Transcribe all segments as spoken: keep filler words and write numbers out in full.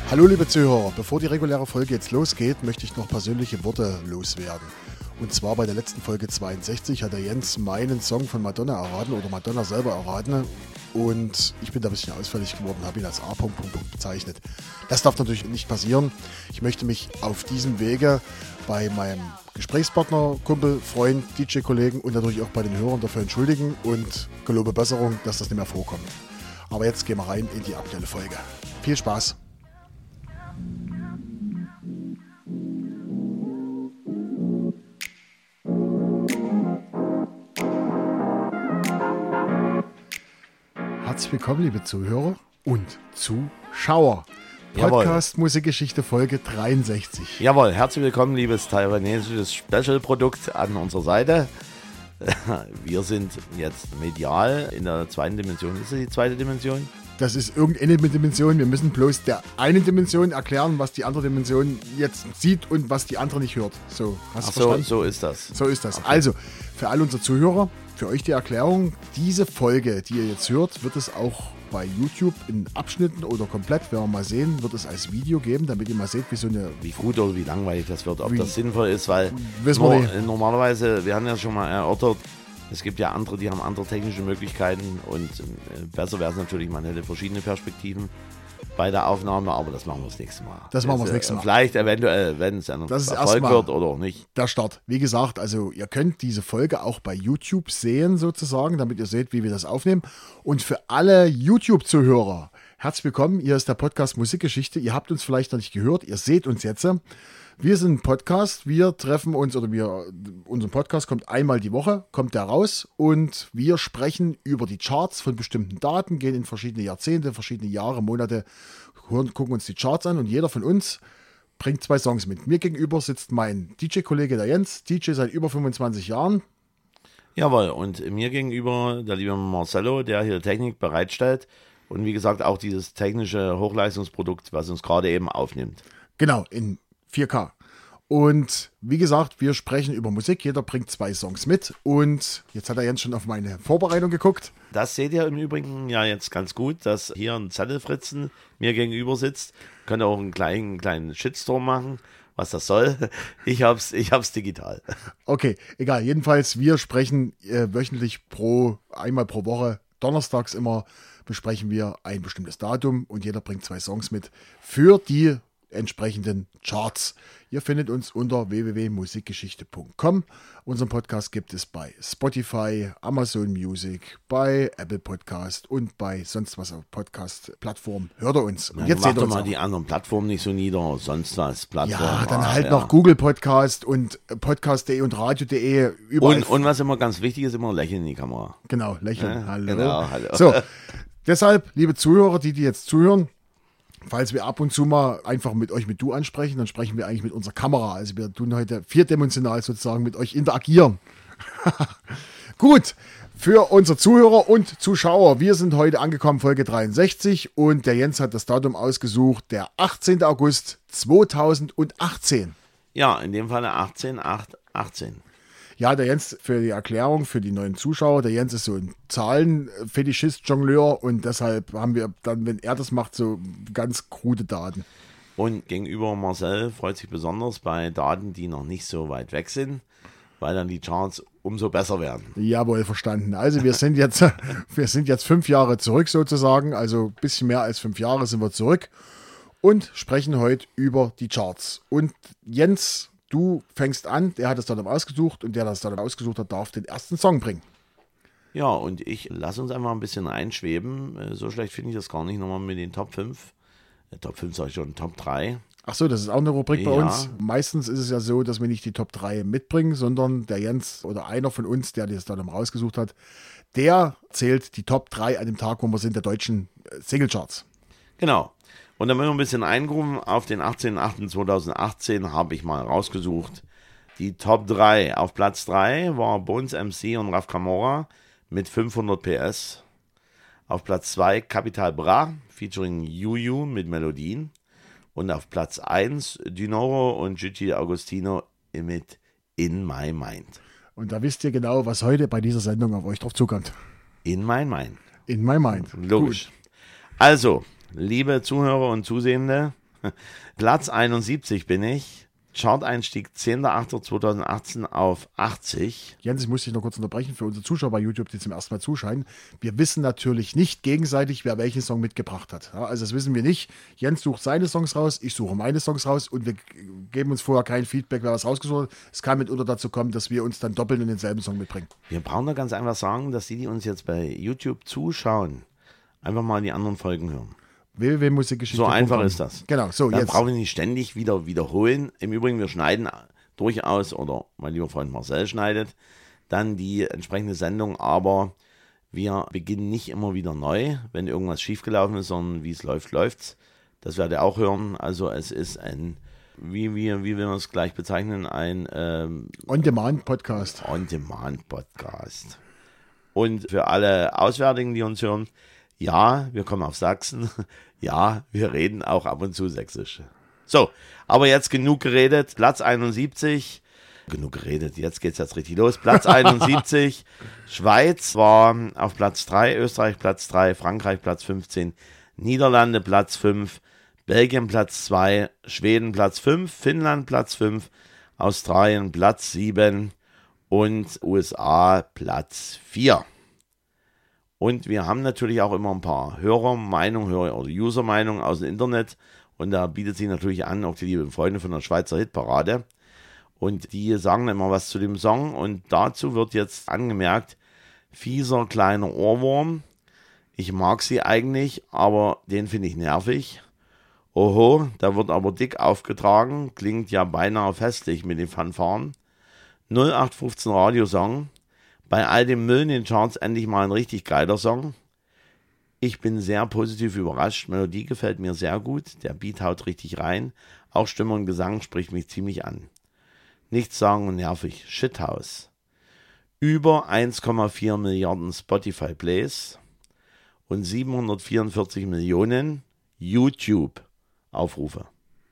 Hallo liebe Zuhörer, bevor die reguläre Folge jetzt losgeht, möchte ich noch persönliche Worte loswerden. Und zwar bei der letzten Folge zweiundsechzig hat der Jens meinen Song von Madonna erraten oder Madonna selber erraten. Und ich bin da ein bisschen ausfällig geworden, habe ihn als A. bezeichnet. Das darf natürlich nicht passieren. Ich möchte mich auf diesem Wege bei meinem Gesprächspartner, Kumpel, Freund, D J-Kollegen und natürlich auch bei den Hörern dafür entschuldigen und gelobe Besserung, dass das nicht mehr vorkommt. Aber jetzt gehen wir rein in die aktuelle Folge. Viel Spaß! Herzlich willkommen, liebe Zuhörer und Zuschauer. Podcast Jawohl. Musikgeschichte Folge dreiundsechzig. Jawohl, herzlich willkommen, liebes taiwanesisches Special-Produkt an unserer Seite. Wir sind jetzt medial in der zweiten Dimension. Ist das die zweite Dimension? Das ist irgendeine Dimension. Wir müssen bloß der einen Dimension erklären, was die andere Dimension jetzt sieht und was die andere nicht hört. So, hast Ach du so, verstanden? so ist das. So ist das. Okay. Also, für all unsere Zuhörer, für euch die Erklärung, diese Folge, die ihr jetzt hört, wird es auch bei YouTube in Abschnitten oder komplett, werden wir mal sehen, wird es als Video geben, damit ihr mal seht, wie so eine... Wie gut oder wie langweilig das wird, ob wie, das sinnvoll ist, weil wissen wir nicht. Normalerweise, wir haben ja schon mal erörtert, es gibt ja andere, die haben andere technische Möglichkeiten und äh, besser wäre es natürlich, man hätte verschiedene Perspektiven bei der Aufnahme, aber das machen wir das nächste Mal. Das machen wir das nächste Mal. Vielleicht eventuell, wenn es ein das Erfolg wird oder auch nicht. Der Start. Wie gesagt, also ihr könnt diese Folge auch bei YouTube sehen sozusagen, damit ihr seht, wie wir das aufnehmen. Und für alle YouTube-Zuhörer, herzlich willkommen. Hier ist der Podcast Musikgeschichte. Ihr habt uns vielleicht noch nicht gehört, ihr seht uns jetzt. Wir sind ein Podcast, wir treffen uns oder wir, unser Podcast kommt einmal die Woche, kommt der raus und wir sprechen über die Charts von bestimmten Daten, gehen in verschiedene Jahrzehnte, verschiedene Jahre, Monate, hören, gucken uns die Charts an und jeder von uns bringt zwei Songs mit. Mir gegenüber sitzt mein D J-Kollege, der Jens, D J seit über fünfundzwanzig Jahren. Jawohl, und mir gegenüber der liebe Marcello, der hier Technik bereitstellt und wie gesagt auch dieses technische Hochleistungsprodukt, was uns gerade eben aufnimmt. Genau, in vier K. Und wie gesagt, wir sprechen über Musik. Jeder bringt zwei Songs mit. Und jetzt hat er Jens schon auf meine Vorbereitung geguckt. Das seht ihr im Übrigen ja jetzt ganz gut, dass hier ein Zettelfritzen mir gegenüber sitzt. Könnt ihr auch einen kleinen, kleinen Shitstorm machen, was das soll. Ich hab's, ich hab's digital. Okay, egal. Jedenfalls, wir sprechen äh, wöchentlich pro, einmal pro Woche, donnerstags immer, besprechen wir ein bestimmtes Datum und jeder bringt zwei Songs mit für die entsprechenden Charts. Ihr findet uns unter w w w punkt musikgeschichte punkt com. Unseren Podcast gibt es bei Spotify, Amazon Music, bei Apple Podcast und bei sonst was auf Podcast-Plattformen. Hört ihr uns. Und Na, jetzt seht ihr doch uns mal auch. Die anderen Plattformen nicht so nieder, sonst was. Plattform, Ja, dann ah, halt ja. noch Google Podcast und Podcast punkt de und Radio punkt de. Überall. Und, und was immer ganz wichtig ist, immer lächeln in die Kamera. Genau, lächeln. Ja, hallo. genau, hallo. So, deshalb, liebe Zuhörer, die, die jetzt zuhören, falls wir ab und zu mal einfach mit euch mit du ansprechen, dann sprechen wir eigentlich mit unserer Kamera. Also wir tun heute vierdimensional sozusagen mit euch interagieren. Gut, für unsere Zuhörer und Zuschauer, wir sind heute angekommen, Folge dreiundsechzig und der Jens hat das Datum ausgesucht, der achtzehnten August zweitausendachtzehn. Ja, in dem Fall achtzehn acht achtzehn. Ja, der Jens, für die Erklärung, für die neuen Zuschauer, der Jens ist so ein Zahlenfetischist, Jongleur und deshalb haben wir dann, wenn er das macht, so ganz krude Daten. Und gegenüber Marcel freut sich besonders bei Daten, die noch nicht so weit weg sind, weil dann die Charts umso besser werden. Jawohl, verstanden. Also wir sind jetzt, wir sind jetzt fünf Jahre zurück sozusagen, also ein bisschen mehr als fünf Jahre sind wir zurück und sprechen heute über die Charts. Und Jens, du fängst an, der hat das Datum ausgesucht und der das Datum ausgesucht hat, darf den ersten Song bringen. Ja, und ich lasse uns einfach ein bisschen einschweben. So schlecht finde ich das gar nicht nochmal mit den Top fünf. Top fünf sage ich schon, Top drei. Ach so, das ist auch eine Rubrik bei Ja. uns. Meistens ist es ja so, dass wir nicht die Top drei mitbringen, sondern der Jens oder einer von uns, der das Datum rausgesucht hat, der zählt die Top drei an dem Tag, wo wir sind, der deutschen Singlecharts. Genau. Und damit wir ein bisschen eingrufen, auf den achtzehnten achten zweitausendachtzehn habe ich mal rausgesucht. Die Top drei. Auf Platz drei war Bones M C und Raf Camora mit fünfhundert P S. Auf Platz zwei Capital Bra featuring Juju mit Melodien. Und auf Platz eins Dinoro und Gigi Agostino mit In My Mind. Und da wisst ihr genau, was heute bei dieser Sendung auf euch drauf zukommt. In My Mind. In My Mind. Logisch. Gut. Also, liebe Zuhörer und Zusehende, Platz einundsiebzig bin ich. Chart-Einstieg zehnter achter zweitausendachtzehn auf achtzig. Jens, ich muss dich noch kurz unterbrechen für unsere Zuschauer bei YouTube, die zum ersten Mal zuschauen. Wir wissen natürlich nicht gegenseitig, wer welchen Song mitgebracht hat. Ja, also das wissen wir nicht. Jens sucht seine Songs raus, ich suche meine Songs raus und wir geben uns vorher kein Feedback, wer was rausgesucht hat. Es kann mitunter dazu kommen, dass wir uns dann doppelt in denselben Song mitbringen. Wir brauchen da ganz einfach sagen, dass die, die uns jetzt bei YouTube zuschauen, einfach mal die anderen Folgen hören. w w w punkt musikgeschichte So punkt com. einfach ist das. Genau, so Dann jetzt. brauchen wir nicht ständig wieder wiederholen. Im Übrigen, wir schneiden durchaus, oder mein lieber Freund Marcel schneidet, dann die entsprechende Sendung, aber wir beginnen nicht immer wieder neu, wenn irgendwas schiefgelaufen ist, sondern wie es läuft, läuft's. Das werdet ihr auch hören. Also es ist ein, wie, wie, wie wir es gleich bezeichnen, ein ähm, On-Demand-Podcast. On-Demand-Podcast. Und für alle Auswärtigen, die uns hören, ja, wir kommen auf Sachsen. Ja, wir reden auch ab und zu Sächsisch. So, aber jetzt genug geredet. Platz einundsiebzig. Genug geredet, jetzt geht's jetzt richtig los. Platz einundsiebzig. Schweiz war auf Platz drei, Österreich Platz drei, Frankreich Platz fünfzehn, Niederlande Platz fünf, Belgien Platz zwei, Schweden Platz fünf, Finnland Platz fünf, Australien Platz sieben und U S A Platz vier. Und wir haben natürlich auch immer ein paar Hörermeinungen Hörer- oder User-Meinungen aus dem Internet. Und da bietet sich natürlich an, auch die lieben Freunde von der Schweizer Hitparade. Und die sagen immer was zu dem Song. Und dazu wird jetzt angemerkt, fieser kleiner Ohrwurm. Ich mag sie eigentlich, aber den finde ich nervig. Oho, da wird aber dick aufgetragen. Klingt ja beinahe festlich mit den Fanfaren. null acht fünfzehn Radiosong. Bei all dem Müll in den Charts endlich mal ein richtig geiler Song. Ich bin sehr positiv überrascht. Melodie gefällt mir sehr gut. Der Beat haut richtig rein. Auch Stimme und Gesang spricht mich ziemlich an. Nichts sagen und nervig. Shithouse. Über eins Komma vier Milliarden Spotify-Plays und siebenhundertvierundvierzig Millionen YouTube-Aufrufe.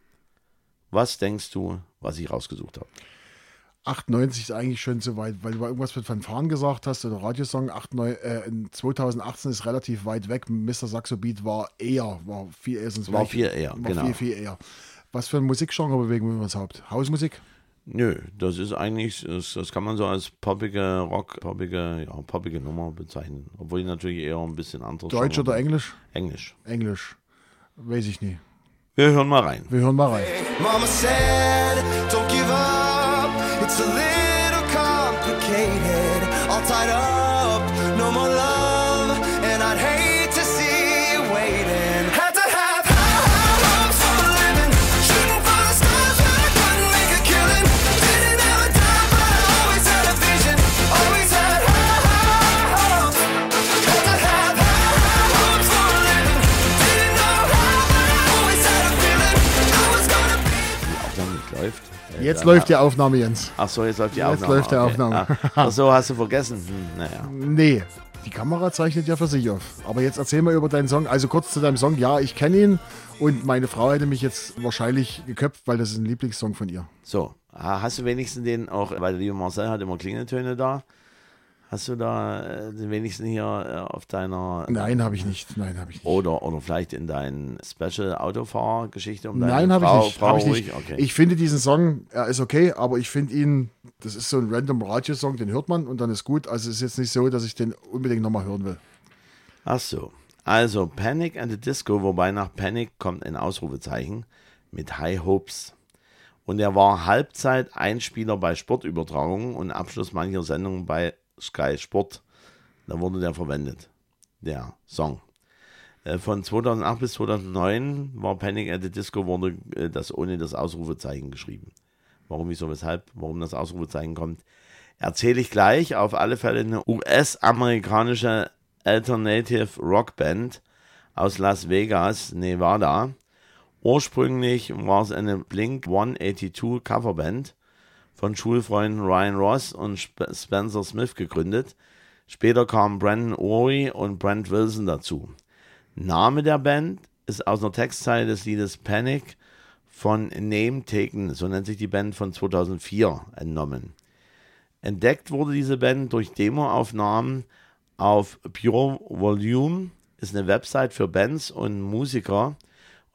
Was denkst du, was ich rausgesucht habe? achtundneunzig ist eigentlich schon so weit, weil du irgendwas mit Fanfaren gesagt hast oder Radiosong. achtundneunzig, äh, in zweitausendachtzehn ist relativ weit weg. Mister Saxo Beat war eher, war viel eher. Sonst War ich, viel eher, war genau. viel, viel eher. Was für ein Musikgenre bewegen wir uns Haupt? Hausmusik? Nö, das ist eigentlich, das, das kann man so als poppige Rock, poppige, ja, poppige Nummer bezeichnen. Obwohl ich natürlich eher ein bisschen anderes. Deutsch Genre oder bin. Englisch? Englisch. Englisch. Weiß ich nie. Wir hören mal rein. Wir hören mal rein. Mama said, don't give up. It's a little complicated. All tied up, no more love. And I'd hate to see you waiting. Had to have high, high hopes for a living. Shooting for the stars, but I couldn't make a killing. Didn't have a dime, but I always had a vision. Always had high, high hopes. Had to have high, high hopes for a living. Didn't know how, but I always had a feeling. I was gonna be. Die Aufnahme nicht läuft. Äh, Jetzt dann- läuft die Aufnahme, Jens. Ach so, jetzt läuft die Jetzt Aufnahme. läuft die okay. Aufnahme. Ah, ach so, hast du vergessen. Hm, naja. Nee, die Kamera zeichnet ja für sich auf. Aber jetzt erzähl mal über deinen Song. Also kurz zu deinem Song. Ja, ich kenne ihn und meine Frau hätte mich jetzt wahrscheinlich geköpft, weil das ist ein Lieblingssong von ihr. So, ah, hast du wenigstens den auch, weil der liebe Marcel hat immer Klingeltöne da. Hast du da äh, den wenigsten hier äh, auf deiner... Nein, habe ich nicht. Nein, habe ich nicht. Oder, oder vielleicht in deinen Special-Autofahrgeschichte um deine Nein, habe ich Frau, nicht. Frau Hab ich ruhig? nicht. Okay. Ich finde diesen Song, er ist okay, aber ich finde ihn, das ist so ein random Radio-Song, den hört man und dann ist gut. Also es ist jetzt nicht so, dass ich den unbedingt nochmal hören will. Ach so. Also Panic at the Disco, wobei nach Panic kommt ein Ausrufezeichen mit High Hopes. Und er war Halbzeit-Einspieler bei Sportübertragungen und Abschluss mancher Sendungen bei Sky Sport. Da wurde der verwendet, der Song. Äh, Von zweitausendacht bis zweitausendneun war Panic at the Disco, wurde äh, das ohne das Ausrufezeichen geschrieben. Warum, wieso, weshalb, warum das Ausrufezeichen kommt, erzähle ich gleich. Auf alle Fälle eine U S-amerikanische Alternative Rock Band aus Las Vegas, Nevada. Ursprünglich war es eine Blink hundertzweiundachtzig Coverband von Schulfreunden Ryan Ross und Sp- Spencer Smith gegründet. Später kamen Brandon Urie und Brent Wilson dazu. Name der Band ist aus einer Textzeile des Liedes Panic von Name Taken, so nennt sich die Band, von zweitausendvier, entnommen. Entdeckt wurde diese Band durch Demoaufnahmen auf Pure Volume, ist eine Website für Bands und Musiker.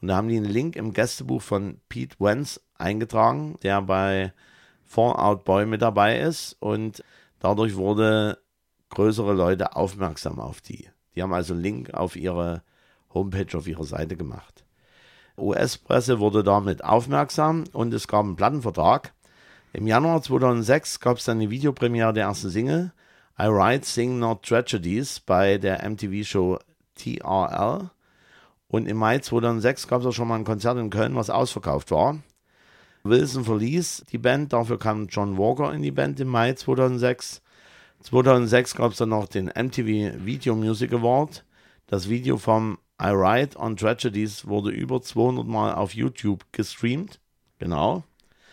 Und da haben die einen Link im Gästebuch von Pete Wentz eingetragen, der bei Fall Out Boy mit dabei ist. Und dadurch wurde größere Leute aufmerksam auf die. Die haben also einen Link auf ihre Homepage, auf ihre Seite gemacht. U S-Presse wurde damit aufmerksam und es gab einen Plattenvertrag. Im Januar zweitausendsechs gab es dann die Videopremiere der ersten Single, I Write, Sing Not Tragedies, bei der M T V-Show T R L. Und im Mai zweitausendsechs gab es auch schon mal ein Konzert in Köln, was ausverkauft war. Wilson verließ die Band, dafür kam John Walker in die Band im Mai zweitausendsechs. zweitausendsechs gab es dann noch den M T V Video Music Award. Das Video vom I Write on Tragedies wurde über zweihundert Mal auf YouTube gestreamt. Genau.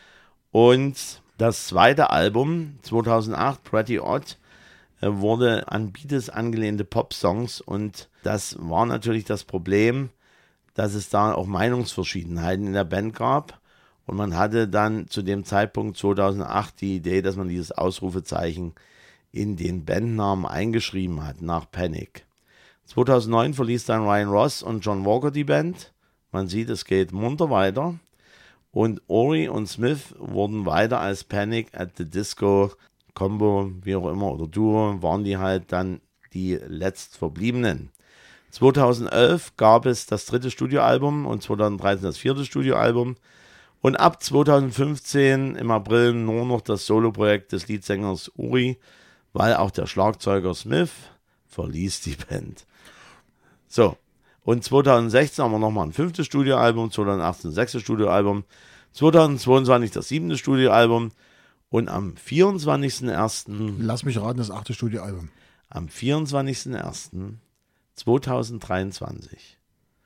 Und das zweite Album, zweitausendacht, Pretty Odd, wurde an Beatles angelehnte Pop-Songs. Und das war natürlich das Problem, dass es da auch Meinungsverschiedenheiten in der Band gab. Und man hatte dann zu dem Zeitpunkt zweitausendacht die Idee, dass man dieses Ausrufezeichen in den Bandnamen eingeschrieben hat, nach Panic. zweitausendneun verließ dann Ryan Ross und John Walker die Band. Man sieht, es geht munter weiter. Und Ori und Smith wurden weiter als Panic at the Disco Combo, wie auch immer, oder Duo, waren die halt dann die letztverbliebenen. zweitausendelf gab es das dritte Studioalbum und zweitausenddreizehn das vierte Studioalbum. Und ab zweitausendfünfzehn im April nur noch das Soloprojekt des Leadsängers Uri, weil auch der Schlagzeuger Smith verließ die Band. So, und zweitausendsechzehn haben wir nochmal ein fünftes Studioalbum, zweitausendachtzehn das sechste Studioalbum, zweitausendzweiundzwanzig das siebente Studioalbum und am vierundzwanzigsten ersten Lass mich raten, das achte Studioalbum. Am vierundzwanzigsten ersten zweitausenddreiundzwanzig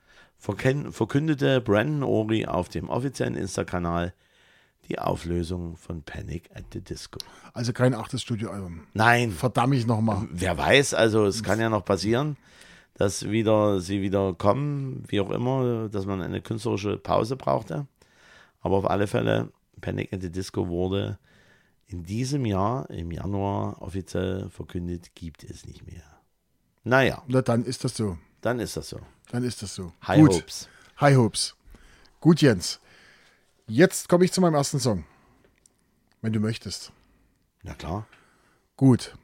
verkündete Brandon Ori auf dem offiziellen Insta-Kanal die Auflösung von Panic at the Disco. Also kein achtes Studioalbum. Nein. Verdammt ich nochmal. Wer weiß, also es kann ja noch passieren, dass wieder sie wieder kommen, wie auch immer, dass man eine künstlerische Pause brauchte. Aber auf alle Fälle, Panic at the Disco wurde in diesem Jahr, im Januar, offiziell verkündet, gibt es nicht mehr. Naja. Na, dann ist das so. Dann ist das so. Dann ist das so. High Gut. Hopes. High Hopes. Gut, Jens. Jetzt komme ich zu meinem ersten Song. Wenn du möchtest. Na klar. Gut.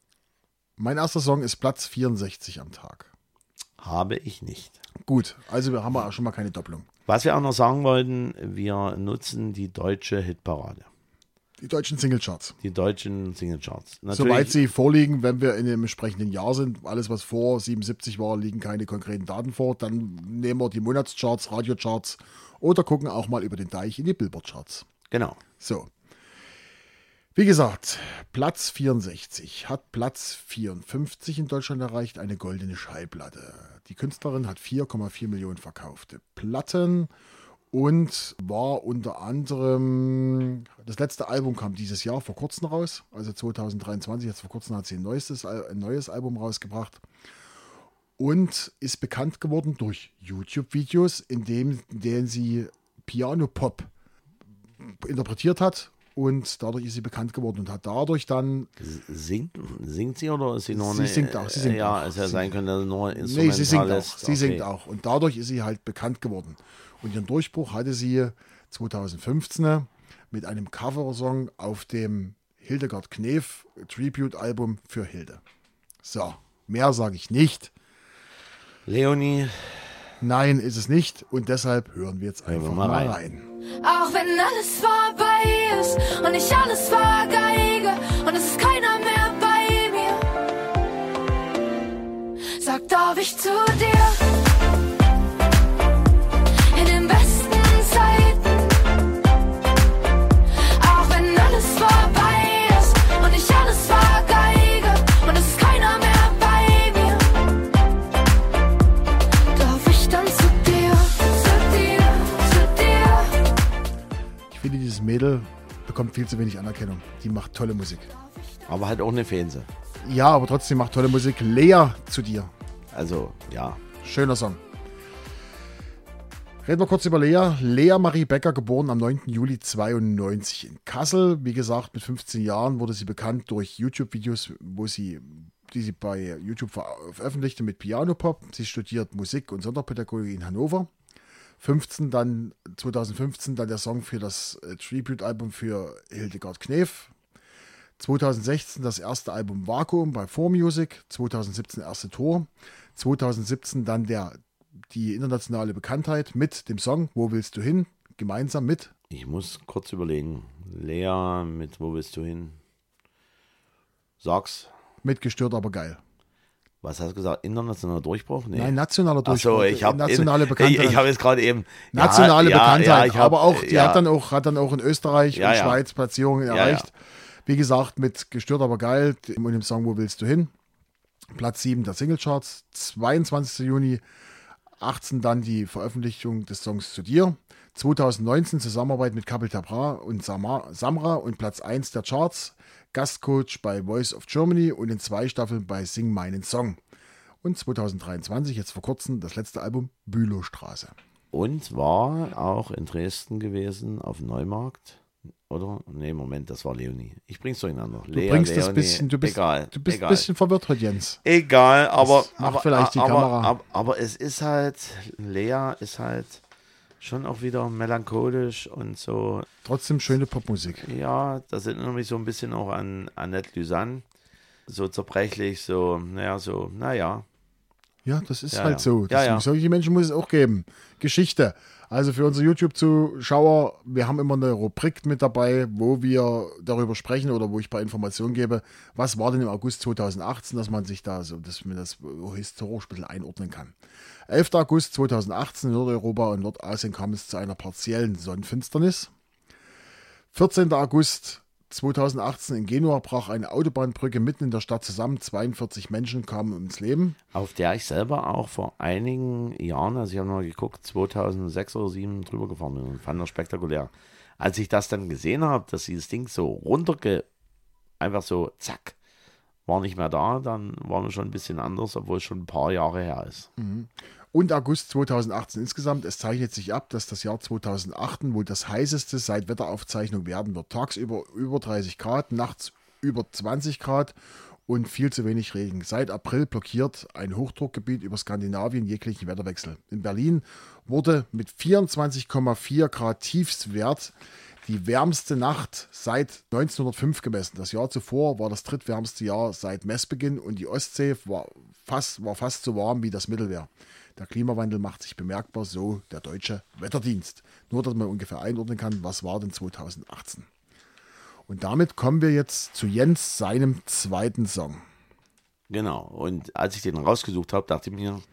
Mein erster Song ist Platz vierundsechzig am Tag. Habe ich nicht. Gut, also wir haben auch schon mal keine Doppelung. Was wir auch noch sagen wollten, wir nutzen die deutsche Hitparade. Die deutschen Singlecharts. Die deutschen Singlecharts. Soweit sie vorliegen, wenn wir in dem entsprechenden Jahr sind, alles was vor siebenundsiebzig war, liegen keine konkreten Daten vor, dann nehmen wir die Monatscharts, Radiocharts oder gucken auch mal über den Deich in die Billboard-Charts. Genau. So. Wie gesagt, Platz vierundsechzig hat Platz vierundfünfzig in Deutschland erreicht, eine goldene Schallplatte. Die Künstlerin hat vier Komma vier Millionen verkaufte Platten und war unter anderem, das letzte Album kam dieses Jahr vor kurzem raus, also zweitausenddreiundzwanzig, jetzt vor kurzem hat sie ein neues, ein neues Album rausgebracht und ist bekannt geworden durch YouTube-Videos, in, dem, in denen sie Piano-Pop interpretiert hat. Und dadurch ist sie bekannt geworden und hat dadurch dann... Singt, singt sie oder ist sie nur sie eine... Singt auch, sie singt ja, auch. es ja sein können, dass sie nur Instrumental Nee, sie singt auch. ist. Sie okay. singt auch. Und dadurch ist sie halt bekannt geworden. Und ihren Durchbruch hatte sie zweitausendfünfzehn mit einem Coversong auf dem Hildegard Knef Tribute-Album für Hilde. So, mehr sage ich nicht. Leonie. Nein, ist es nicht. Und deshalb hören wir jetzt Hören einfach wir mal mal rein. rein. Auch wenn alles vorbei ist und ich alles vergeige und es ist keiner mehr bei mir, sag, darf ich zu dir in den besten Zeiten, auch wenn alles vorbei ist und ich alles vergeige und es ist keiner mehr bei mir, darf ich dann zu dir, zu dir, zu dir. Ich finde, dieses Mädel bekommt viel zu wenig Anerkennung. Die macht tolle Musik. Aber halt auch eine Fähnse. Ja, aber trotzdem macht tolle Musik. Lea, zu dir. Also, ja. Schöner Song. Reden wir kurz über Lea. Lea Marie Becker, geboren am neunten Juli zweiundneunzig in Kassel. Wie gesagt, mit fünfzehn Jahren wurde sie bekannt durch YouTube-Videos, wo sie, die sie bei YouTube veröffentlichte mit Piano-Pop. Sie studiert Musik und Sonderpädagogik in Hannover. fünfzehn dann, zweitausendfünfzehn dann der Song für das äh, Tribute-Album für Hildegard Knef. zweitausendsechzehn das erste Album Vakuum bei four Music. zweitausendsiebzehn erste Tour. zweitausendsiebzehn dann der, die internationale Bekanntheit mit dem Song Wo willst du hin? Gemeinsam mit. Ich muss kurz überlegen. Lea mit Wo willst du hin? Sag's. Mit Gestört, aber geil. Was hast du gesagt? Internationaler Durchbruch? Nee. Nein, nationaler Durchbruch. Ach so, ich habe nationale Bekanntheit. Ich, ich habe jetzt gerade eben nationale ja, Bekanntheit, ja, ja, ich hab, aber auch die ja. hat dann auch hat dann auch in Österreich Ja, und ja. Schweiz Platzierungen Ja, erreicht. ja. Wie gesagt, mit Gestört, aber geil und dem Song Wo willst du hin? Platz sieben der Singlecharts. zweiundzwanzigster Juni achtzehn dann die Veröffentlichung des Songs Zu dir. zweitausendneunzehn Zusammenarbeit mit Capital Bra und Samra, Samra und Platz eins der Charts. Gastcoach bei Voice of Germany und in zwei Staffeln bei Sing meinen Song. Und zweitausenddreiundzwanzig, jetzt vor kurzem, das letzte Album Bülowstraße. Und war auch in Dresden gewesen, auf dem Neumarkt. Oder? Nee, Moment, das war Leonie. Ich bring's durcheinander. Du Lea, bringst das Leonie, bisschen, du bist, egal, du bist egal. ein bisschen verwirrt heute, Jens. Egal, aber, Das macht aber, vielleicht die aber, Kamera. Aber, aber es ist halt, Lea ist halt schon auch wieder melancholisch und so. Trotzdem schöne Popmusik. Ja, das erinnert mich so ein bisschen auch an Annette Lysanne. So zerbrechlich, so, naja, so, naja. Ja, das ist Ja, halt ja. so. Ja, Das, ja. Solche Menschen muss es auch geben. Geschichte. Also für unsere YouTube-Zuschauer, wir haben immer eine Rubrik mit dabei, wo wir darüber sprechen oder wo ich ein paar Informationen gebe, was war denn im August zweitausendachtzehn, dass man sich da so, dass man das historisch ein bisschen einordnen kann. elfter August zweitausendachtzehn in Nordeuropa und Nordasien kam es zu einer partiellen Sonnenfinsternis. vierzehnter August zweitausendachtzehn in Genua brach eine Autobahnbrücke mitten in der Stadt zusammen. zweiundvierzig Menschen kamen ums Leben. Auf der ich selber auch vor einigen Jahren, also ich habe mal geguckt, zweitausendsechs oder zweitausendsieben drüber gefahren bin und fand das spektakulär. Als ich das dann gesehen habe, dass dieses Ding so runterge... einfach so, zack, war nicht mehr da, dann war mir schon ein bisschen anders, obwohl es schon ein paar Jahre her ist. Und August zweitausendachtzehn insgesamt. Es zeichnet sich ab, dass das Jahr zweitausendachtzehn wohl das heißeste seit Wetteraufzeichnung werden wird. Tagsüber über dreißig Grad, nachts über zwanzig Grad und viel zu wenig Regen. Seit April blockiert ein Hochdruckgebiet über Skandinavien jeglichen Wetterwechsel. In Berlin wurde mit vierundzwanzig Komma vier Grad Tiefstwert die wärmste Nacht seit neunzehnhundertfünf gemessen. Das Jahr zuvor war das drittwärmste Jahr seit Messbeginn und die Ostsee war fast, war fast so warm wie das Mittelmeer. Der Klimawandel macht sich bemerkbar, so der deutsche Wetterdienst. Nur, dass man ungefähr einordnen kann, was war denn zweitausendachtzehn. Und damit kommen wir jetzt zu Jens, seinem zweiten Song. Genau, und als ich den rausgesucht habe, dachte ich mir,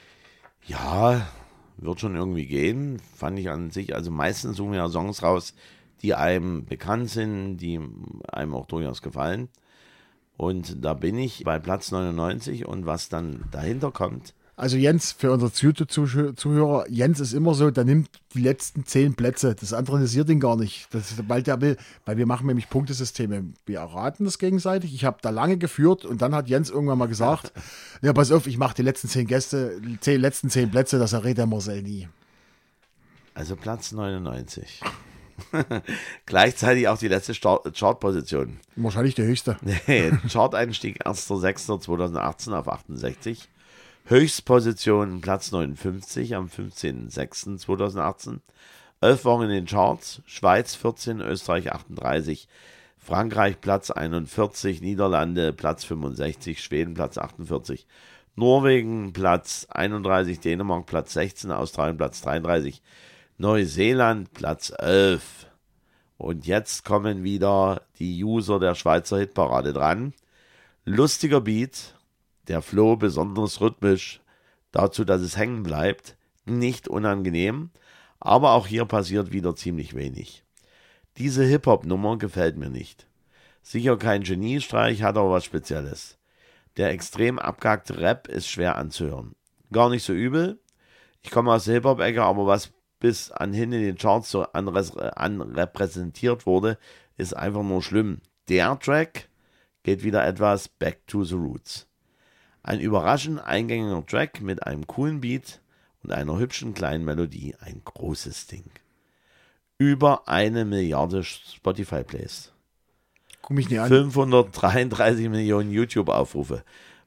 ja, wird schon irgendwie gehen. Fand ich an sich, also meistens suchen wir ja Songs raus, die einem bekannt sind, die einem auch durchaus gefallen. Und da bin ich bei Platz neunundneunzig und was dann dahinter kommt. Also Jens, für unsere YouTube-Zuhörer, Jens ist immer so, der nimmt die letzten zehn Plätze. Das andere interessiert ihn gar nicht. Das ist, weil der will, weil wir machen nämlich Punktesysteme. Wir erraten das gegenseitig. Ich habe da lange geführt und dann hat Jens irgendwann mal gesagt, ja, pass auf, ich mache die letzten zehn Gäste, die zehn, letzten zehn Plätze, das errät der Marcel nie. Also Platz neunundneunzig. Gleichzeitig auch die letzte Start- Chartposition. Wahrscheinlich der höchste. Nee, Chart-Einstieg erster sechster zweitausendachtzehn auf achtundsechzig. Höchstposition Platz neunundfünfzig am fünfzehnter sechster zweitausendachtzehn. Elf Wochen in den Charts. Schweiz vierzehn, Österreich achtunddreißig, Frankreich Platz einundvierzig, Niederlande Platz fünfundsechzig, Schweden Platz achtundvierzig, Norwegen Platz einunddreißig, Dänemark Platz sechzehn, Australien Platz dreiunddreißig, Neuseeland Platz elf. Und jetzt kommen wieder die User der Schweizer Hitparade dran. Lustiger Beat, der Flow besonders rhythmisch, dazu, dass es hängen bleibt, nicht unangenehm, aber auch hier passiert wieder ziemlich wenig. Diese Hip-Hop-Nummer gefällt mir nicht. Sicher kein Geniestreich, hat aber was Spezielles. Der extrem abgehackte Rap ist schwer anzuhören. Gar nicht so übel. Ich komme aus der Hip-Hop-Ecke, aber was bis anhin in den Charts so anrepräsentiert wurde, ist einfach nur schlimm. Der Track geht wieder etwas back to the roots. Ein überraschend eingängiger Track mit einem coolen Beat und einer hübschen kleinen Melodie. Ein großes Ding. Über eine Milliarde Spotify-Plays. Guck mich nicht an. fünfhundertdreiunddreißig Millionen YouTube-Aufrufe.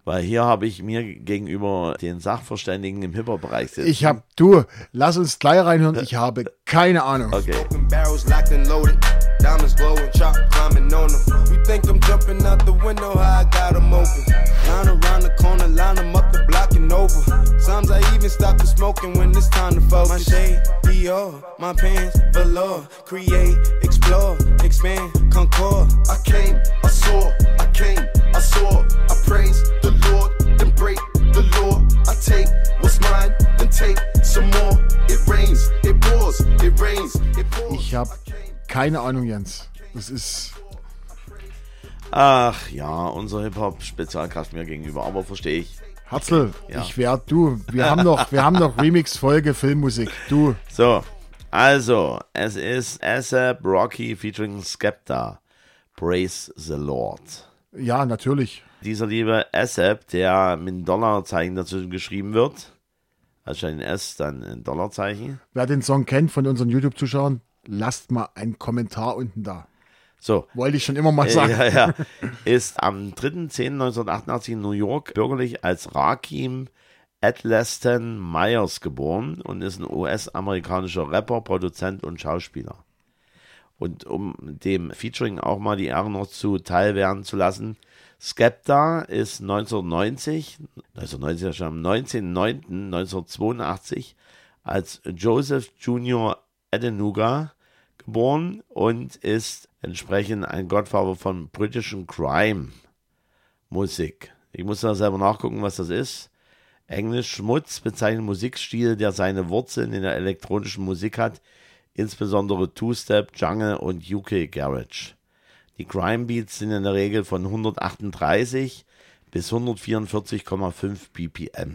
Weil hier habe ich mir gegenüber den Sachverständigen im Hip-Hop-Bereich sitzen. Ich hab, du, lass uns gleich reinhören. Ich habe keine Ahnung. Okay. Open barrels locked and loaded, diamonds glowing, chop climbing on them. You think I'm jumping out the window, how I got them open. Line around the corner, line them up the block and over. Sometimes I even stop the smoking when it's time to focus. My shade, Dior, my pants, velour. Create, explore, expand, concord. I came, I saw, I came, I saw. I praise the Lord, then break the law. I take what's mine, then take some more. It rains, it pours, it rains, it pours. Ich habe keine Ahnung, Jens. Das ist... Ach ja, unser Hip-Hop-Spezialkraft mir gegenüber, aber verstehe ich. Herzl, Ja. ich werd du. Wir haben noch, wir haben noch Remix-Folge Filmmusik. Du. So, also, es ist A$AP Rocky featuring Skepta. Praise the Lord. Ja, natürlich. Dieser liebe A$AP, der mit einem Dollarzeichen dazu geschrieben wird, also ein S, dann ein Dollarzeichen. Wer den Song kennt von unseren YouTube-Zuschauern, lasst mal einen Kommentar unten da. So, Wollte ich schon immer mal äh, sagen. ja, ja, ist am dritter zehnter neunzehnhundertachtundachtzig in New York bürgerlich als Rakim Adleston Myers geboren und ist ein U S-amerikanischer Rapper, Produzent und Schauspieler. Und um dem Featuring auch mal die Ehre noch zuteil werden zu lassen, Skepta ist neunzehnhundertneunzig, neunzehnhundertneunzig ja schon am neunzehnten neunten neunzehnhundertzweiundachtzig als Joseph Junior Adenuga geboren und ist entsprechend ein Godfather von britischen Crime-Musik. Ich muss da selber nachgucken, was das ist. Englisch Schmutz bezeichnet Musikstil, der seine Wurzeln in der elektronischen Musik hat, insbesondere Two-Step, Jungle und U K Garage. Die Crime Beats sind in der Regel von hundertachtunddreißig bis hundertvierundvierzig Komma fünf B P M.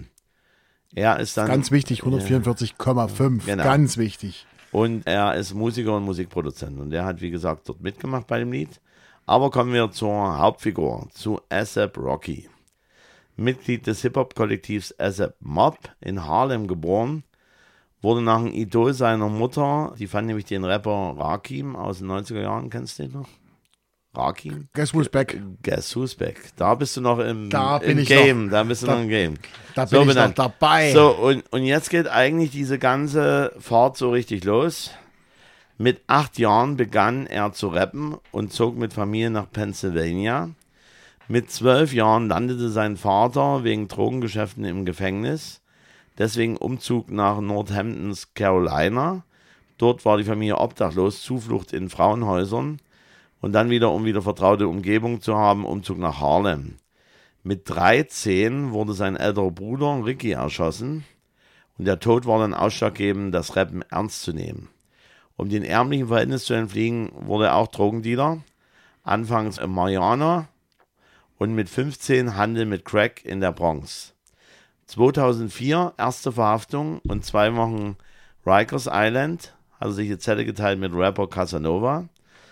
Er ist dann Ganz wichtig, hundertvierundvierzig Komma fünf. Genau. Ganz wichtig. Und er ist Musiker und Musikproduzent. Und der hat, wie gesagt, dort mitgemacht bei dem Lied. Aber kommen wir zur Hauptfigur, zu A$AP Rocky. Mitglied des Hip-Hop-Kollektivs A$AP Mob, in Harlem geboren, wurde nach einem Idol seiner Mutter, die fand nämlich den Rapper Rakim aus den neunziger Jahren, kennst du den noch? Rakim? Guess who's back? Guess who's back. Da bist du noch im, Da bin im ich Game, noch. da bist du Da- noch im Game. Da So bin ich benannt. noch dabei. So, und, und jetzt geht eigentlich diese ganze Fahrt so richtig los. Mit acht Jahren begann er zu rappen und zog mit Familie nach Pennsylvania. Mit zwölf Jahren landete sein Vater wegen Drogengeschäften im Gefängnis. Deswegen Umzug nach Northampton, Carolina. Dort war die Familie obdachlos, Zuflucht in Frauenhäusern. Und dann wieder, um wieder vertraute Umgebung zu haben, Umzug nach Harlem. Mit dreizehn wurde sein älterer Bruder Ricky erschossen. Und der Tod war dann ausschlaggebend, das Rappen ernst zu nehmen. Um den ärmlichen Verhältnis zu entfliehen, wurde er auch Drogendealer. Anfangs in Mariana und mit fünfzehn Handel mit Crack in der Bronx. zweitausendvier erste Verhaftung und zwei Wochen Rikers Island, hat er sich die Zelle geteilt mit Rapper Casanova.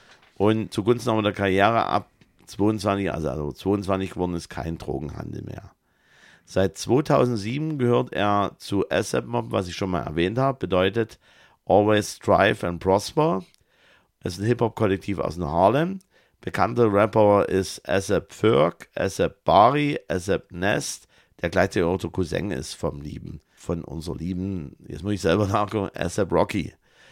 Und zugunsten aber der Karriere ab zweiundzwanzig, also, also zweiundzwanzig geworden ist, kein Drogenhandel mehr. Seit zweitausendsieben gehört er zu A$AP Mob, was ich schon mal erwähnt habe, bedeutet Always Strive and Prosper. Es ist ein Hip-Hop-Kollektiv aus Harlem. Bekannter Rapper ist A$AP Ferg, A$AP Bari, A$AP Nest, der gleichzeitig auch der Cousin ist vom Lieben, von unserer Lieben, jetzt muss ich selber nachgucken, A$AP Rocky.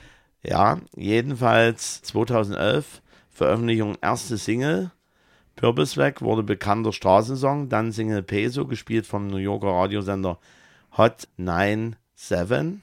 Ja, jedenfalls zweitausendelf, Veröffentlichung erste Single, Purposeflag wurde bekannter Straßensong, dann Single Peso, gespielt vom New Yorker Radiosender Hot siebenundneunzig.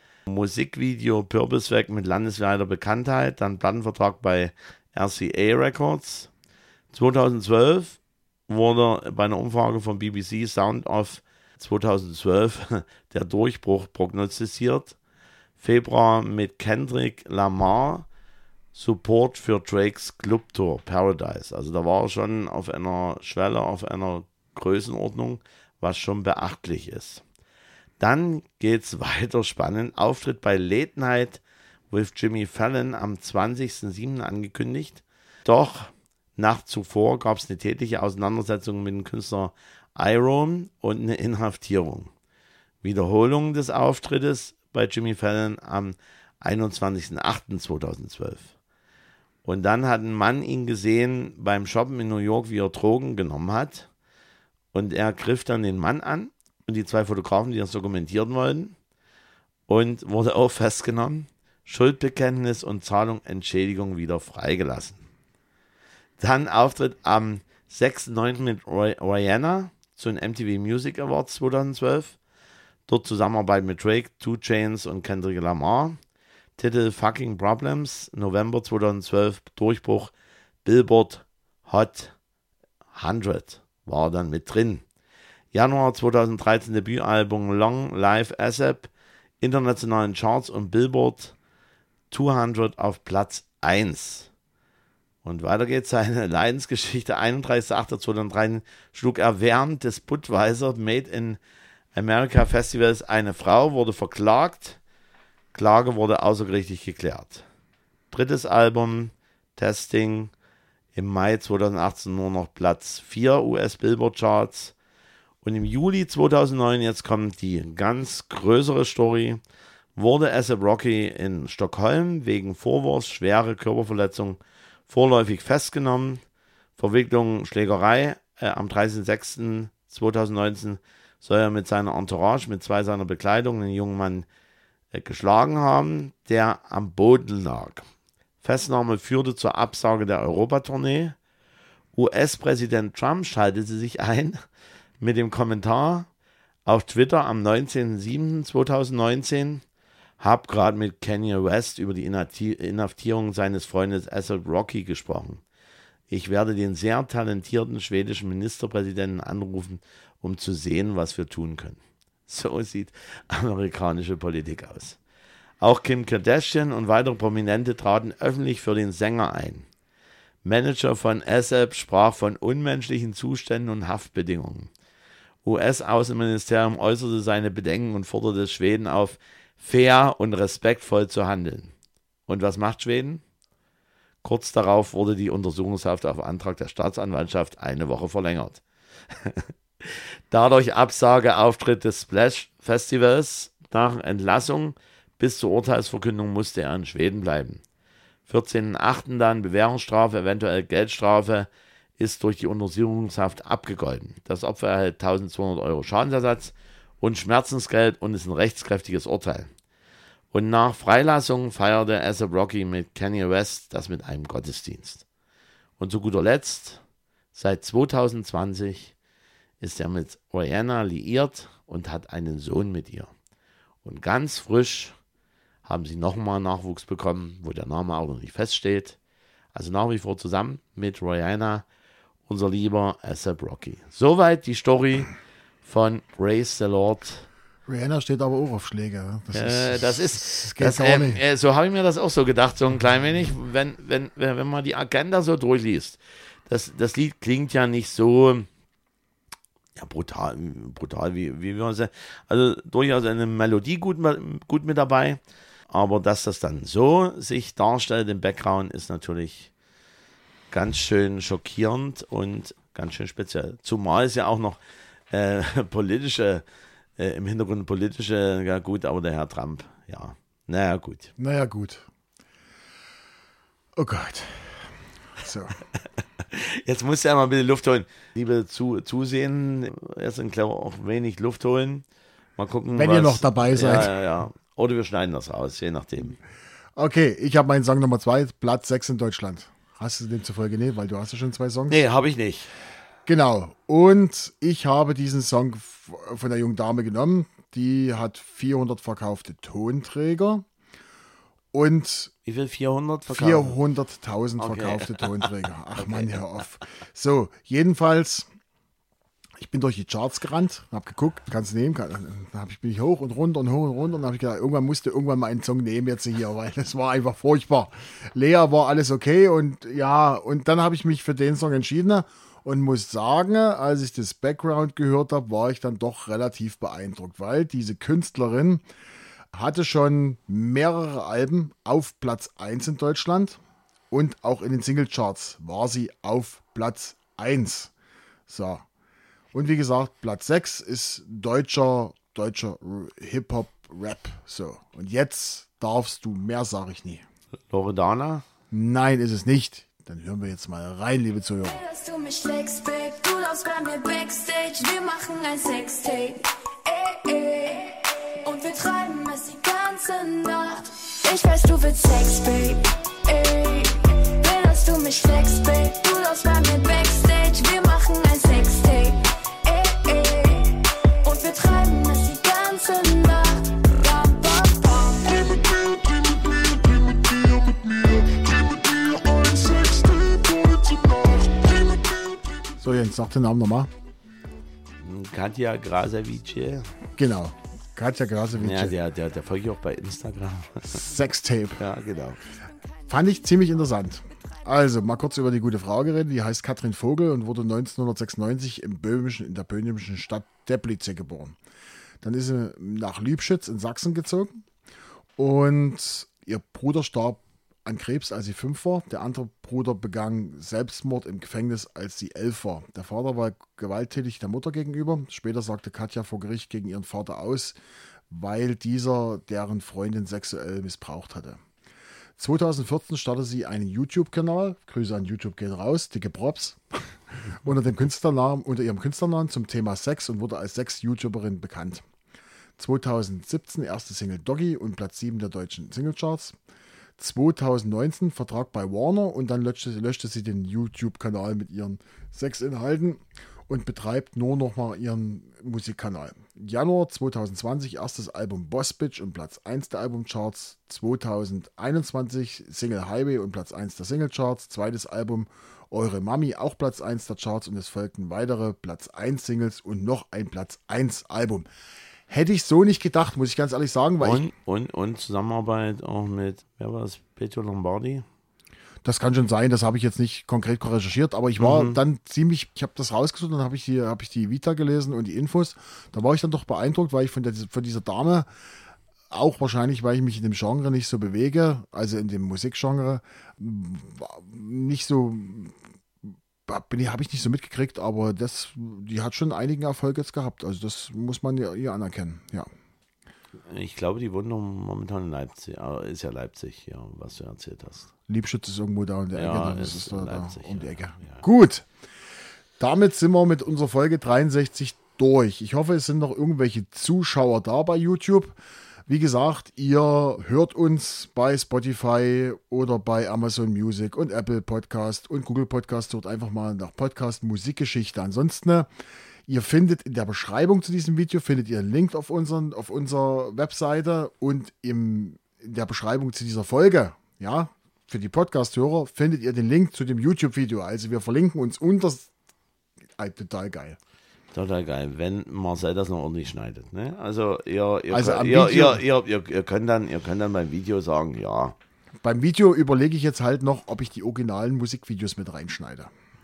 Musikvideo Purposeflag mit landesweiter Bekanntheit, dann Plattenvertrag bei R C A Records. zweitausendzwölf wurde bei einer Umfrage von B B C Sound of zweitausendzwölf der Durchbruch prognostiziert. Februar mit Kendrick Lamar Support für Drakes Club Tour Paradise. Also da war er schon auf einer Schwelle, auf einer Größenordnung, was schon beachtlich ist. Dann geht's weiter spannend. Auftritt bei Late Night with Jimmy Fallon am zwanzigsten siebten angekündigt. Doch Nacht zuvor gab es eine tätliche Auseinandersetzung mit dem Künstler Iron und eine Inhaftierung. Wiederholung des Auftrittes bei Jimmy Fallon am einundzwanzigsten achten zweitausendzwölf. Und dann hat ein Mann ihn gesehen beim Shoppen in New York, wie er Drogen genommen hat. Und er griff dann den Mann an und die zwei Fotografen, die das dokumentieren wollten, und wurde auch festgenommen, Schuldbekenntnis und Zahlung Entschädigung wieder freigelassen. Dann Auftritt am sechsten neunten mit Rihanna zu den M T V Music Awards zweitausendzwölf. Dort Zusammenarbeit mit Drake, two Chainz und Kendrick Lamar. Titel Fucking Problems, November zweitausendzwölf, Durchbruch, Billboard Hot hundert war dann mit drin. Januar zweitausenddreizehn Debütalbum Long Live A$AP, internationalen Charts und Billboard zweihundert auf Platz eins. Und weiter geht's, seine Leidensgeschichte. einunddreißigster achter zweitausenddreizehn schlug er während des Budweiser Made in America Festivals eine Frau, wurde verklagt. Klage wurde außergerichtlich geklärt. Drittes Album, Testing, im Mai zweitausendachtzehn nur noch Platz vier U S Billboard Charts. Und im Juli zweitausendneun, jetzt kommt die ganz größere Story, wurde A$AP Rocky in Stockholm wegen Vorwurfs schwere Körperverletzung vorläufig festgenommen. Verwicklung Schlägerei. Äh, am dreißigsten sechsten zweitausendneunzehn soll er mit seiner Entourage, mit zwei seiner Bekleidung, einen jungen Mann äh, geschlagen haben, der am Boden lag. Festnahme führte zur Absage der Europatournee. U S-Präsident Trump schaltete sich ein mit dem Kommentar auf Twitter am neunzehnten siebten zweitausendneunzehn, hab gerade mit Kanye West über die Inhaftierung seines Freundes A$AP Rocky gesprochen. Ich werde den sehr talentierten schwedischen Ministerpräsidenten anrufen, um zu sehen, was wir tun können. So sieht amerikanische Politik aus. Auch Kim Kardashian und weitere Prominente traten öffentlich für den Sänger ein. Manager von A$AP sprach von unmenschlichen Zuständen und Haftbedingungen. U S-Außenministerium äußerte seine Bedenken und forderte Schweden auf, fair und respektvoll zu handeln. Und was macht Schweden? Kurz darauf wurde die Untersuchungshaft auf Antrag der Staatsanwaltschaft eine Woche verlängert. Dadurch Absage Auftritt des Splash Festivals. Nach Entlassung bis zur Urteilsverkündung musste er in Schweden bleiben. vierzehnten achten dann Bewährungsstrafe, eventuell Geldstrafe, ist durch die Untersuchungshaft abgegolten. Das Opfer erhält eintausendzweihundert Euro Schadensersatz und Schmerzensgeld und ist ein rechtskräftiges Urteil. Und nach Freilassung feierte A$AP Rocky mit Kanye West das mit einem Gottesdienst. Und zu guter Letzt, seit zweitausendzwanzig ist er mit Rihanna liiert und hat einen Sohn mit ihr. Und ganz frisch haben sie nochmal Nachwuchs bekommen, wo der Name auch noch nicht feststeht. Also nach wie vor zusammen mit Rihanna, unser lieber A$AP Rocky. Soweit die Story von Praise the Lord. Rihanna steht aber auch auf Schläge. Das ist, äh, das ist das geht das, gar äh, nicht. äh, so habe ich mir das auch so gedacht, so ein klein wenig, wenn, wenn, wenn, wenn man die Agenda so durchliest. Das, das Lied klingt ja nicht so ja, brutal, brutal wie, wie wir sagen. Also durchaus eine Melodie gut, gut mit dabei. Aber dass das dann so sich darstellt im Background, ist natürlich ganz schön schockierend und ganz schön speziell. Zumal es ja auch noch äh, politische, äh, im Hintergrund politische, ja gut, aber der Herr Trump, ja, naja gut. Naja gut. Oh Gott. So. Jetzt musst du ja mal ein bisschen Luft holen. Liebe zu, Zusehen, erst in Klau auch wenig Luft holen. Mal gucken, Wenn was, ihr noch dabei seid. Ja, ja, ja. Oder wir schneiden das raus, je nachdem. Okay, ich habe meinen Song Nummer zwei, Platz sechs in Deutschland. Hast du demzufolge nicht, weil du hast ja schon zwei Songs. Nee, habe ich nicht. Genau. Und ich habe diesen Song von der jungen Dame genommen. Die hat vierhundert verkaufte Tonträger und Wie viel? vierhundert verkauft? vierhunderttausend Okay. verkaufte Tonträger. Ach Okay. Mann, hör auf. So, jedenfalls, ich bin durch die Charts gerannt, habe geguckt, kannst du nehmen, kann, dann hab ich, bin ich hoch und runter und hoch und runter und habe ich gedacht, irgendwann musste irgendwann mal einen Song nehmen jetzt hier, weil das war einfach furchtbar. Lea war alles okay und ja, und dann habe ich mich für den Song entschieden und muss sagen, als ich das Background gehört habe, war ich dann doch relativ beeindruckt, weil diese Künstlerin hatte schon mehrere Alben auf Platz eins in Deutschland und auch in den Singlecharts war sie auf Platz eins. So. Und wie gesagt, Platz sechs ist deutscher, deutscher Hip-Hop-Rap. So. Und jetzt darfst du mehr, sag ich nie. Loredana? Nein, ist es nicht. Dann hören wir jetzt mal rein, liebe Zuhörer. Dass du mich schlägst, Babe, du darfst läufst bei mir Backstage, wir machen ein Sextape. Ey, ey. Und wir treiben es die ganze Nacht. Ich weiß, du willst Sex, Babe. Ey. Will, dass du mich flex, Babe. Du läufst bei mir Backstage, wir machen ein Sextape. Ey, ey. Und wir treiben es die ganze Nacht. Bam, bam, bam. So, Jens, sag den Namen nochmal. Katja Krasavice. Genau. Katja Krasavice. Ja, der, der, der folgt ja auch bei Instagram. Sextape. Ja, genau. Fand ich ziemlich interessant. Also, mal kurz über die gute Frau reden. Die heißt Katrin Vogel und wurde neunzehnhundertsechsundneunzig im böhmischen, in der böhmischen Stadt Teplice geboren. Dann ist sie nach Lübschitz in Sachsen gezogen und ihr Bruder starb an Krebs, als sie fünf war. Der andere Bruder begann Selbstmord im Gefängnis, als sie elf war. Der Vater war gewalttätig der Mutter gegenüber. Später sagte Katja vor Gericht gegen ihren Vater aus, weil dieser deren Freundin sexuell missbraucht hatte. zweitausendvierzehn startete sie einen YouTube-Kanal. Grüße an YouTube gehen raus, dicke Props. unter, dem Künstlernamen, unter ihrem Künstlernamen zum Thema Sex und wurde als Sex-YouTuberin bekannt. zweitausendsiebzehn erste Single Doggy und Platz sieben der deutschen Singlecharts. zweitausendneunzehn Vertrag bei Warner und dann löschte, löschte sie den YouTube-Kanal mit ihren Sexinhalten und betreibt nur noch mal ihren Musikkanal. Januar zweitausendzwanzig erstes Album Boss Bitch und Platz eins der Albumcharts. zweitausendeinundzwanzig Single Highway und Platz eins der Singlecharts. Zweites Album Eure Mami, auch Platz eins der Charts und es folgten weitere Platz eins Singles und noch ein Platz eins Album. Hätte ich so nicht gedacht, muss ich ganz ehrlich sagen. Weil und, ich, und, und Zusammenarbeit auch mit, wer war es, Petro Lombardi? Das kann schon sein, das habe ich jetzt nicht konkret recherchiert, aber ich war Mhm. dann ziemlich, ich habe das rausgesucht und dann habe ich, die, hab ich die Vita gelesen und die Infos. Da war ich dann doch beeindruckt, weil ich von, der, von dieser Dame, auch wahrscheinlich, weil ich mich in dem Genre nicht so bewege, also in dem Musikgenre, nicht so, habe ich nicht so mitgekriegt, aber das, die hat schon einigen Erfolg jetzt gehabt. Also das muss man ihr, ihr anerkennen, ja. Ich glaube, die wohnen noch momentan in Leipzig. Aber ist ja Leipzig, ja, was du erzählt hast. Liebschütz ist irgendwo da in der Ja, Ecke. Das ist ist da, Leipzig, da um die ja. Ecke. Ja. Gut. Damit sind wir mit unserer Folge dreiundsechzig durch. Ich hoffe, es sind noch irgendwelche Zuschauer da bei YouTube. Wie gesagt, ihr hört uns bei Spotify oder bei Amazon Music und Apple Podcast und Google Podcast. Dort einfach mal nach Podcast Musikgeschichte. Ansonsten, ihr findet in der Beschreibung zu diesem Video, findet ihr einen Link auf, unseren, auf unserer Webseite und im, in der Beschreibung zu dieser Folge, ja, für die Podcast-Hörer, findet ihr den Link zu dem YouTube-Video. Also wir verlinken uns unter... Äh, total geil. Total geil, wenn Marcel das noch ordentlich schneidet. Ne? Also, ihr, ihr, Also am ihr, Video- ihr, ihr, ihr, ihr, könnt dann, ihr könnt dann beim Video sagen, ja, Beim Video überlege ich jetzt halt noch, ob ich die originalen Musikvideos mit reinschneide.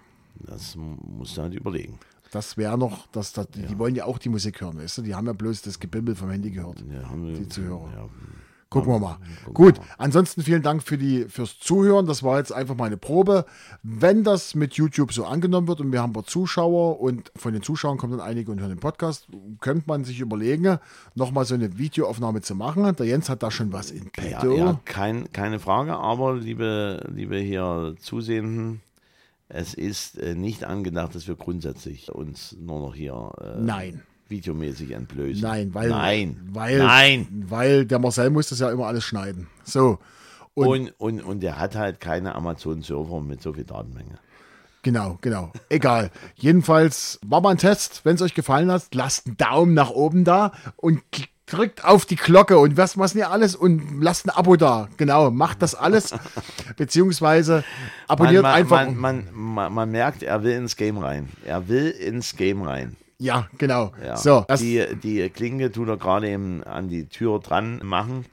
das musst du halt überlegen. Das wäre noch, das, das, die, die wollen ja auch die Musik hören, weißt du? Die haben ja bloß das Gebimmel vom Handy gehört. Ja, haben wir, Die Zuhörer. Ja, Gucken wir mal. Gucken Gut, wir mal. ansonsten vielen Dank für die, fürs Zuhören. Das war jetzt einfach mal eine Probe. Wenn das mit YouTube so angenommen wird und wir haben ein paar Zuschauer und von den Zuschauern kommen dann einige und hören den Podcast, könnte man sich überlegen, nochmal so eine Videoaufnahme zu machen. Der Jens hat da schon was in Ja, petto. ja kein, keine Frage, aber liebe, liebe hier Zusehenden, es ist äh, nicht angedacht, dass wir grundsätzlich uns nur noch hier äh, Nein. videomäßig entblößen. Nein, weil, Nein. weil, Nein. weil der Marcel muss das ja immer alles schneiden. So. Und, Und, und, und der hat halt keine Amazon-Server mit so viel Datenmenge. genau, genau. Egal. Jedenfalls war mal ein Test. Wenn es euch gefallen hat, lasst einen Daumen nach oben da und k- drückt auf die Glocke und was was nicht alles und lasst ein Abo da. Genau, macht das alles. Beziehungsweise abonniert man, man, einfach. Man, man, man, man merkt, er will ins Game rein. Er will ins Game rein. Ja, genau. Ja. So, das, die, die Klinke tut er gerade eben an die Tür dran machen.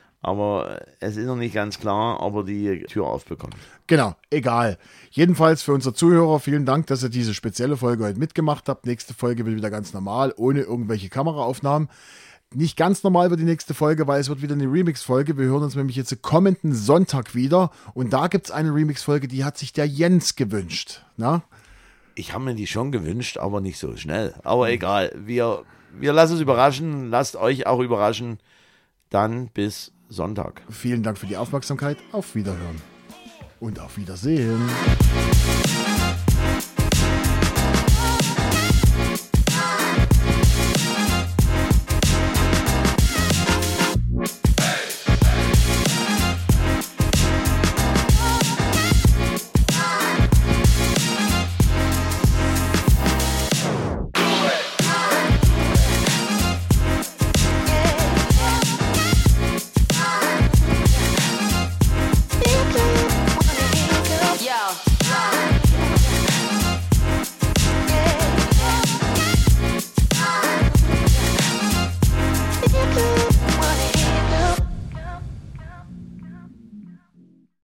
Aber es ist noch nicht ganz klar, ob er die Tür aufbekommt. genau, egal. Jedenfalls für unsere Zuhörer vielen Dank, dass ihr diese spezielle Folge heute mitgemacht habt. Nächste Folge wird wieder ganz normal, ohne irgendwelche Kameraaufnahmen. Nicht ganz normal wird die nächste Folge, weil es wird wieder eine Remix-Folge. Wir hören uns nämlich jetzt kommenden Sonntag wieder. Und da gibt es eine Remix-Folge, die hat sich der Jens gewünscht. Na? Ich habe mir die schon gewünscht, aber nicht so schnell. Aber egal, wir, wir lassen uns überraschen. Lasst euch auch überraschen. Dann bis Sonntag. Vielen Dank für die Aufmerksamkeit. Auf Wiederhören. Und auf Wiedersehen.